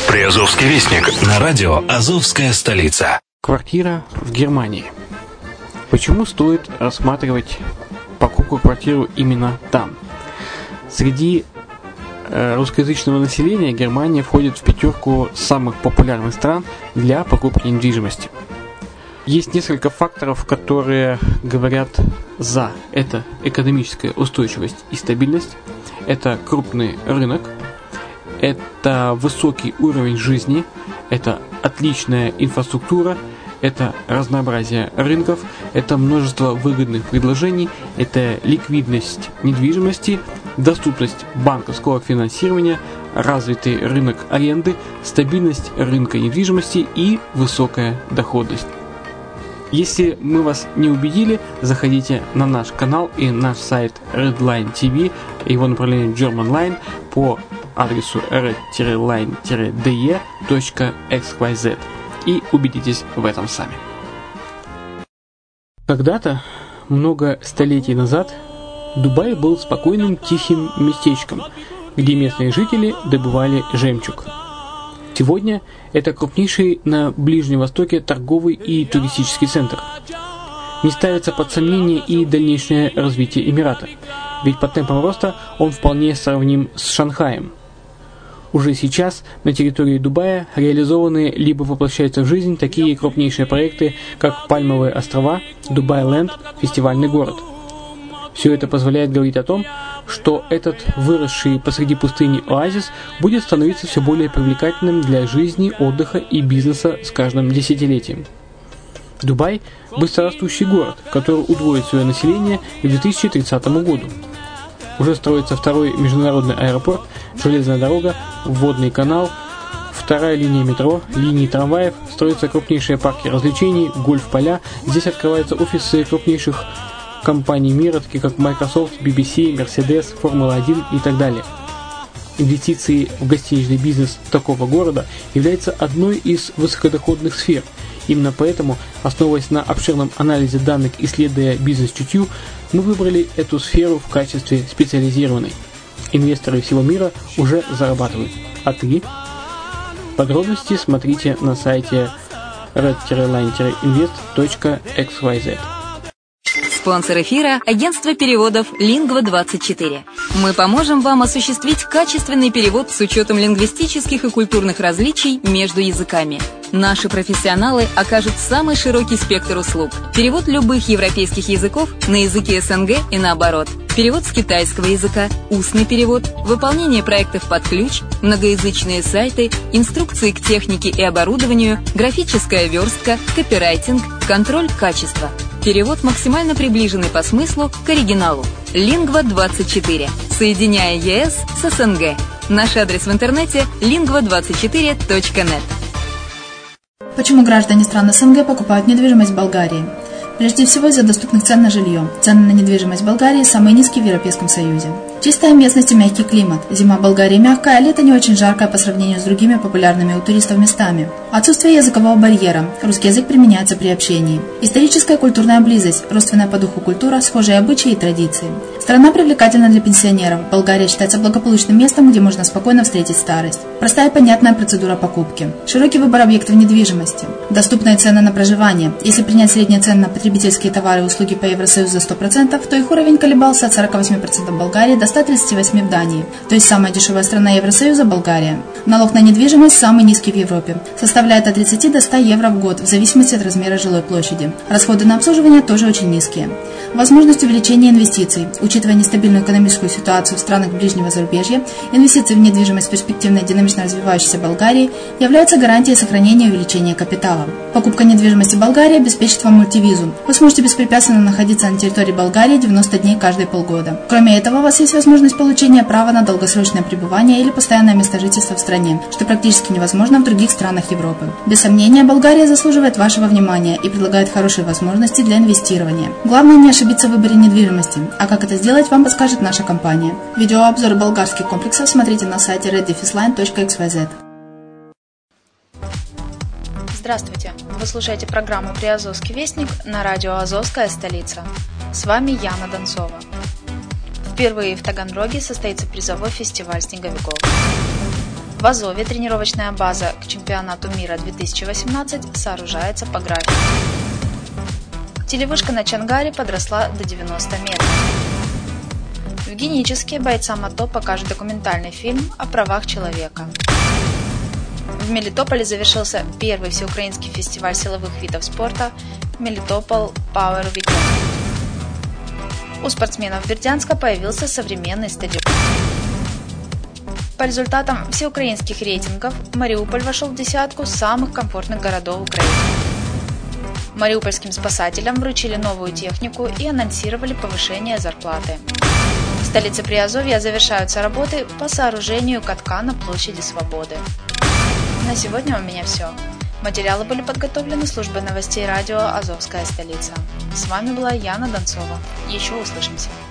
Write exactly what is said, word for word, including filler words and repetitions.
Приазовский вестник на радио «Азовская столица». Квартира в Германии. Почему стоит рассматривать покупку квартиры именно там? Среди э, русскоязычного населения Германия входит в пятерку самых популярных стран для покупки недвижимости. Есть несколько факторов, которые говорят за. Это экономическая устойчивость и стабильность, это крупный рынок, это высокий уровень жизни, это отличная инфраструктура, это разнообразие рынков, это множество выгодных предложений, это ликвидность недвижимости, доступность банковского финансирования, развитый рынок аренды, стабильность рынка недвижимости и высокая доходность. Если мы вас не убедили, заходите на наш канал и наш сайт Redline ти ви, его направление Germanline по адресу red line d e точка x y z и убедитесь в этом сами. Когда-то, много столетий назад, Дубай был спокойным тихим местечком, где местные жители добывали жемчуг. Сегодня это крупнейший на Ближнем Востоке торговый и туристический центр. Не ставится под сомнение и дальнейшее развитие Эмирата, ведь по темпам роста он вполне сравним с Шанхаем. Уже сейчас на территории Дубая реализованы либо воплощаются в жизнь такие крупнейшие проекты, как Пальмовые острова, Дубай-Ленд, фестивальный город. Все это позволяет говорить о том, что этот выросший посреди пустыни оазис будет становиться все более привлекательным для жизни, отдыха и бизнеса с каждым десятилетием. Дубай – быстрорастущий город, который удвоит свое население к две тысячи тридцатому году. Уже строится второй международный аэропорт, железная дорога, водный канал, вторая линия метро, линии трамваев, строятся крупнейшие парки развлечений, гольф-поля. Здесь открываются офисы крупнейших компаний мира, такие как Microsoft, би би си, Mercedes, Формула один и так далее. Инвестиции в гостиничный бизнес такого города являются одной из высокодоходных сфер. Именно поэтому, основываясь на обширном анализе данных, исследуя бизнес-чутью, мы выбрали эту сферу в качестве специализированной. Инвесторы всего мира уже зарабатывают. А ты? Подробности смотрите на сайте red line invest точка x y z. Спонсор эфира – агентство переводов лингва двадцать четыре. Мы поможем вам осуществить качественный перевод с учетом лингвистических и культурных различий между языками. Наши профессионалы окажут самый широкий спектр услуг. Перевод любых европейских языков на языки эс эн гэ и наоборот. Перевод с китайского языка, устный перевод, выполнение проектов под ключ, многоязычные сайты, инструкции к технике и оборудованию, графическая верстка, копирайтинг, контроль качества. Перевод максимально приближенный по смыслу к оригиналу. лингва двадцать четыре. Соединяя е эс с эс эн гэ. Наш адрес в интернете лингва двадцать четыре точка нет. Почему граждане стран эс эн гэ покупают недвижимость в Болгарии? Прежде всего из-за доступных цен на жилье. Цены на недвижимость в Болгарии самые низкие в Европейском Союзе. Чистая местность и мягкий климат. Зима в Болгарии мягкая, а лето не очень жаркое по сравнению с другими популярными у туристов местами. Отсутствие языкового барьера. Русский язык применяется при общении. Историческая и культурная близость. Родственная по духу культура, схожие обычаи и традиции. Страна привлекательна для пенсионеров. Болгария считается благополучным местом, где можно спокойно встретить старость. Простая и понятная процедура покупки. Широкий выбор объектов недвижимости. Доступные цены на проживание. Если принять средние цены на потребительские товары и услуги по Евросоюзу за сто процентов, то их уровень колебался от сорок восемь процентов в Болгарии до ста тридцати восьми процентов в Дании. То есть самая дешевая страна Евросоюза – Болгария. Налог на недвижимость самый низкий в Европе. Составляет от тридцати до ста евро в год, в зависимости от размера жилой площади. Расходы на обслуживание тоже очень низкие. Возможность увеличения инвестиций. Учитывая нестабильную экономическую ситуацию в странах ближнего зарубежья, инвестиции в недвижимость в перспективной динамично развивающейся Болгарии являются гарантией сохранения и увеличения капитала. Покупка недвижимости в Болгарии обеспечит вам мультивизу. Вы сможете беспрепятственно находиться на территории Болгарии девяносто дней каждые полгода. Кроме этого, у вас есть возможность получения права на долгосрочное пребывание или постоянное место жительства в стране, что практически невозможно в других странах Европы. Без сомнения, Болгария заслуживает вашего внимания и предлагает хорошие возможности для инвестирования. Главное не ошибиться в выборе недвижимости, а как это сделать, вам подскажет наша компания. Видеообзор болгарских комплексов смотрите на сайте red line точка x y z. Здравствуйте! Вы слушаете программу «Приазовский вестник» на радио «Азовская столица». С вами Яна Донцова. Впервые в Таганроге состоится призовой фестиваль снеговиков. В Азове тренировочная база к чемпионату мира две тысячи восемнадцать сооружается по графику. Телевышка на Чангаре подросла до девяноста метров. В Геническе бойцам АТО покажут документальный фильм о правах человека. В Мелитополе завершился первый всеукраинский фестиваль силовых видов спорта Мелитопол Power Weekend. У спортсменов Бердянска появился современный стадион. По результатам всеукраинских рейтингов Мариуполь вошел в десятку самых комфортных городов Украины. Мариупольским спасателям вручили новую технику и анонсировали повышение зарплаты. В столице Приазовья завершаются работы по сооружению катка на площади Свободы. На сегодня у меня все. Материалы были подготовлены службой новостей радио «Азовская столица». С вами была Яна Донцова. Еще услышимся.